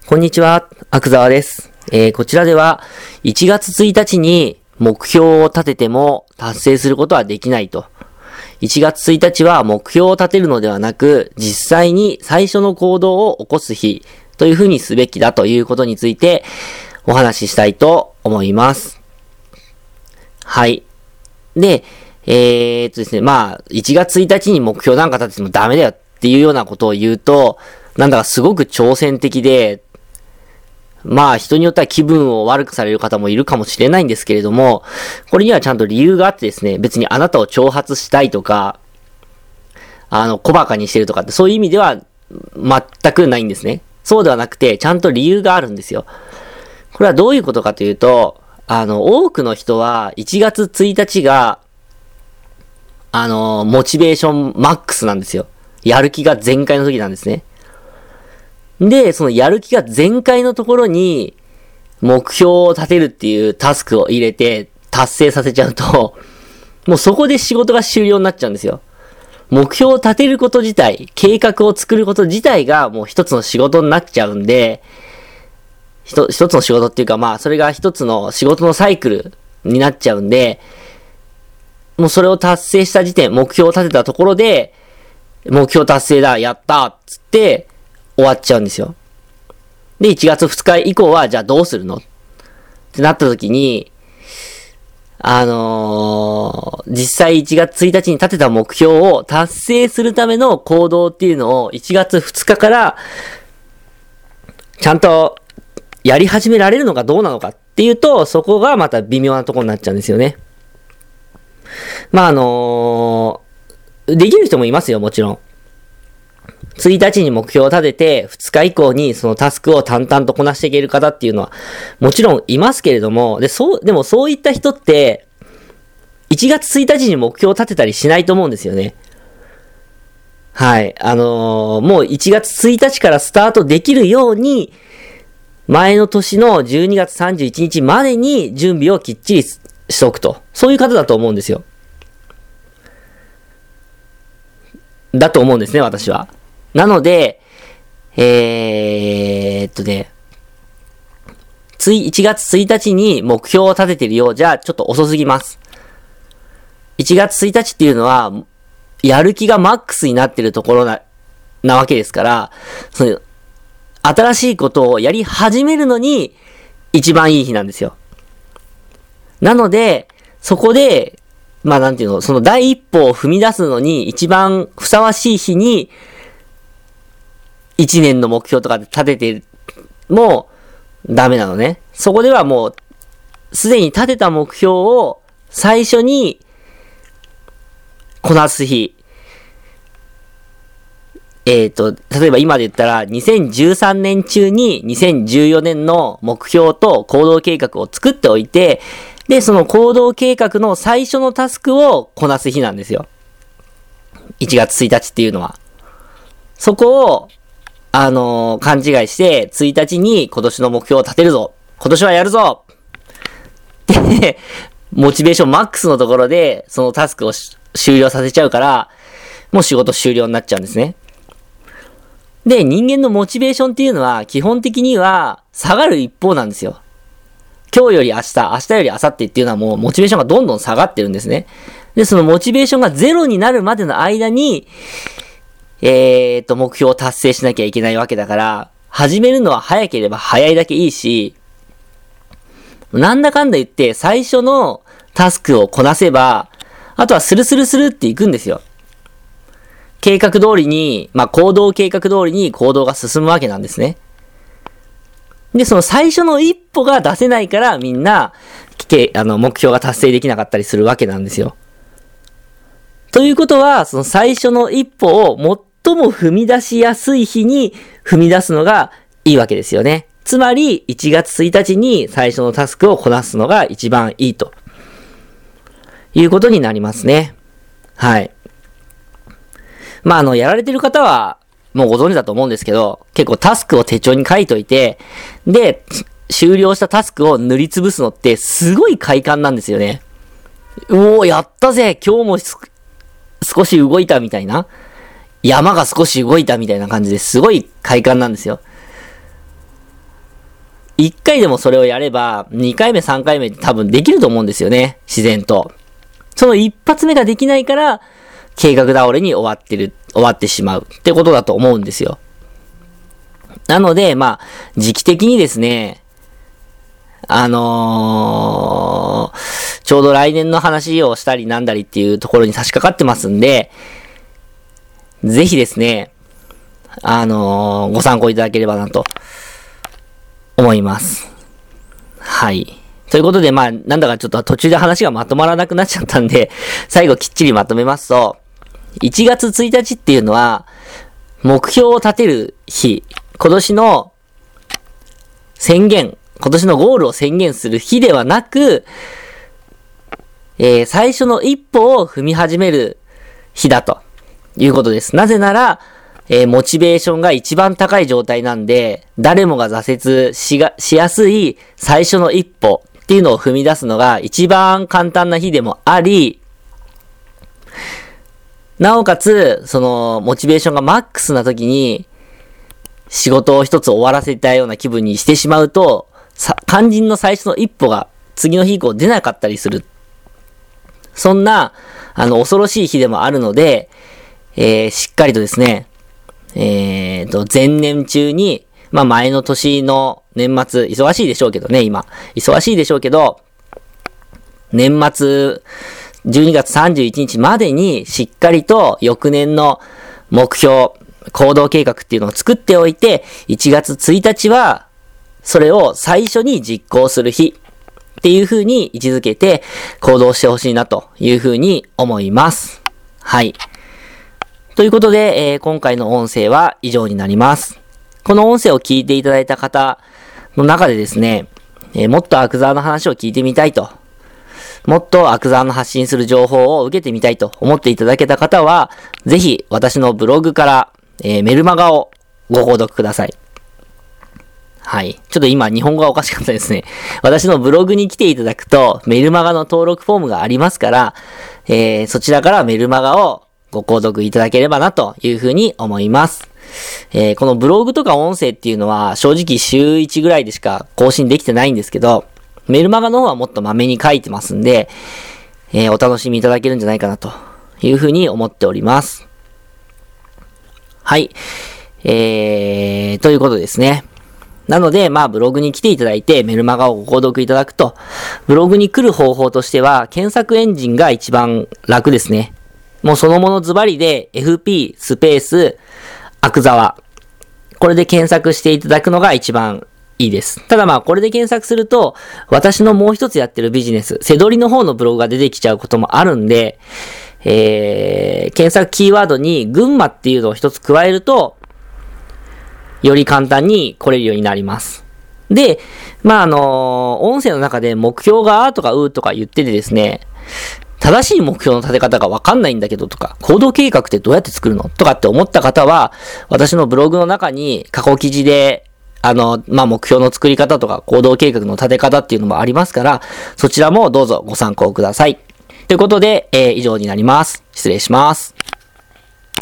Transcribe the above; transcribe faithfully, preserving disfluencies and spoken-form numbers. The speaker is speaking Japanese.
こんにちは、阿久澤です。えー、こちらではいちがつついたちに目標を立てても達成することはできないと。いちがつついたちは目標を立てるのではなく、実際に最初の行動を起こす日というふうにすべきだということについてお話ししたいと思います。はい。で、えーっとですね、まあ、いちがつついたちに目標なんか立ててもダメだよっていうようなことを言うと、なんだかすごく挑戦的で、まあ人によっては気分を悪くされる方もいるかもしれないんですけれども、これにはちゃんと理由があってですね、別にあなたを挑発したいとか、あの、小馬鹿にしてるとかってそういう意味では全くないんですね。そうではなくて、ちゃんと理由があるんですよ。これはどういうことかというと、あの、多くの人はいちがつついたちが、あの、モチベーションマックスなんですよ。やる気が全開の時なんですね。で、そのやる気が全開のところに目標を立てるっていうタスクを入れて達成させちゃうと、もうそこで仕事が終了になっちゃうんですよ。目標を立てること自体、計画を作ること自体がもう一つの仕事になっちゃうんで、一つの仕事っていうかまあそれが一つの仕事のサイクルになっちゃうんで、もうそれを達成した時点、目標を立てたところで、目標達成だ、やったっつって、終わっちゃうんですよ。で、いちがつふつか以降は、じゃあどうするのってなった時に、あのー、実際いちがつついたちに立てた目標を達成するための行動っていうのをいちがつふつかからちゃんとやり始められるのかどうなのかっていうと、そこがまた微妙なところになっちゃうんですよね。まあ、あのー、できる人もいますよ、もちろん。ついたちに目標を立てて、ふつか以降にそのタスクを淡々とこなしていける方っていうのは、もちろんいますけれども、で、そう、でもそういった人って、いちがつついたちに目標を立てたりしないと思うんですよね。はい。あのー、もういちがつついたちからスタートできるように、前の年のじゅうにがつさんじゅういちにちまでに準備をきっちりしておくと。そういう方だと思うんですよ。だと思うんですね、私は。なので、えーっとね、つい、いちがつついたちに目標を立ててるようじゃ、ちょっと遅すぎます。いちがつついたちっていうのは、やる気がマックスになってるところな、なわけですから、その、新しいことをやり始めるのに、一番いい日なんですよ。なので、そこで、まあなんていうの、その第一歩を踏み出すのに一番ふさわしい日に、一年の目標とかで立ててもダメなのね。そこではもう、すでに立てた目標を最初にこなす日。えっと、例えば今で言ったら、にせんじゅうさんねん中ににせんじゅうよねんの目標と行動計画を作っておいて、で、その行動計画の最初のタスクをこなす日なんですよ。いちがつついたちっていうのは。そこを、あのー、勘違いして、ついたちに今年の目標を立てるぞ。今年はやるぞって、モチベーションマックスのところで、そのタスクを終了させちゃうから、もう仕事終了になっちゃうんですね。で、人間のモチベーションっていうのは、基本的には下がる一方なんですよ。今日より明日、明日より明後日っていうのはもうモチベーションがどんどん下がってるんですね。で、そのモチベーションがゼロになるまでの間に、えーと、目標を達成しなきゃいけないわけだから、始めるのは早ければ早いだけいいし、なんだかんだ言って最初のタスクをこなせば、あとはスルスルスルっていくんですよ。計画通りに、まあ、行動計画通りに行動が進むわけなんですね。で、その最初の一歩が出せないからみんな、あの、目標が達成できなかったりするわけなんですよ。ということは、その最初の一歩を最も踏み出しやすい日に踏み出すのがいいわけですよね。つまり、いちがつついたちに最初のタスクをこなすのが一番いいということになりますね。はい。まあ、あの、やられてる方はもうご存知だと思うんですけど、結構タスクを手帳に書いといて、で、終了したタスクを塗りつぶすのってすごい快感なんですよね。おー、やったぜ今日も少し動いたみたいな。山が少し動いたみたいな感じですごい快感なんですよ。 いっかいでもそれをやれば、にかいめ、さんかいめって多分できると思うんですよね。自然と。その一発目ができないから、計画倒れに終わってる、終わってしまうってことだと思うんですよ。なので、まあ、時期的にですね、あのー、ちょうど来年の話をしたりなんだりっていうところに差し掛かってますんで、ぜひですね、あのー、ご参考いただければなと思います。はい。ということで、まあ、なんだかちょっと途中で話がまとまらなくなっちゃったんで、最後きっちりまとめますと、いちがつついたちっていうのは、目標を立てる日、今年の宣言、今年のゴールを宣言する日ではなく、えー、最初の一歩を踏み始める日だということです。なぜなら、えー、モチベーションが一番高い状態なんで、誰もが挫折しが、しやすい最初の一歩っていうのを踏み出すのが一番簡単な日でもあり、なおかつ、その、モチベーションがマックスな時に、仕事を一つ終わらせたような気分にしてしまうと、さ、肝心の最初の一歩が次の日以降出なかったりする。そんな、あの、恐ろしい日でもあるので、えー、しっかりとですね、えーと、前年中に、まあ前の年の年末、忙しいでしょうけどね、今。忙しいでしょうけど、年末、じゅうにがつさんじゅういちにちまでにしっかりと翌年の目標、行動計画っていうのを作っておいて、いちがつついたちは、それを最初に実行する日っていう風に位置づけて行動してほしいなという風に思います。はい。ということで、えー、今回の音声は以上になります。この音声を聞いていただいた方の中でですね、えー、もっとアクザーの話を聞いてみたいと、もっとアクザーの発信する情報を受けてみたいと思っていただけた方は、ぜひ私のブログから、えー、メルマガをご購読ください。はい。ちょっと今日本語がおかしかったですね。私のブログに来ていただくと、メルマガの登録フォームがありますから、えー、そちらからメルマガをご購読いただければなというふうに思います。えー、このブログとか音声っていうのは正直週いちぐらいでしか更新できてないんですけど、メルマガの方はもっとまめに書いてますんで、えー、お楽しみいただけるんじゃないかなというふうに思っております。はい。えー、ということですね。なので、まあ、ブログに来ていただいて、メルマガをご購読いただくと、ブログに来る方法としては、検索エンジンが一番楽ですね。もうそのものズバリで、エフピー スペース、アクザワ。これで検索していただくのが一番いいです。ただまあ、これで検索すると、私のもう一つやってるビジネス、セドリの方のブログが出てきちゃうこともあるんで、えー、検索キーワードに、群馬っていうのを一つ加えると、より簡単に来れるようになります。で、まあ、あのー、音声の中で目標があとかうとか言っててですね、正しい目標の立て方がわかんないんだけどとか、行動計画ってどうやって作るのとかって思った方は、私のブログの中に過去記事で、あの、まあ、目標の作り方とか行動計画の立て方っていうのもありますから、そちらもどうぞご参考ください。ということで、えー、以上になります。失礼します。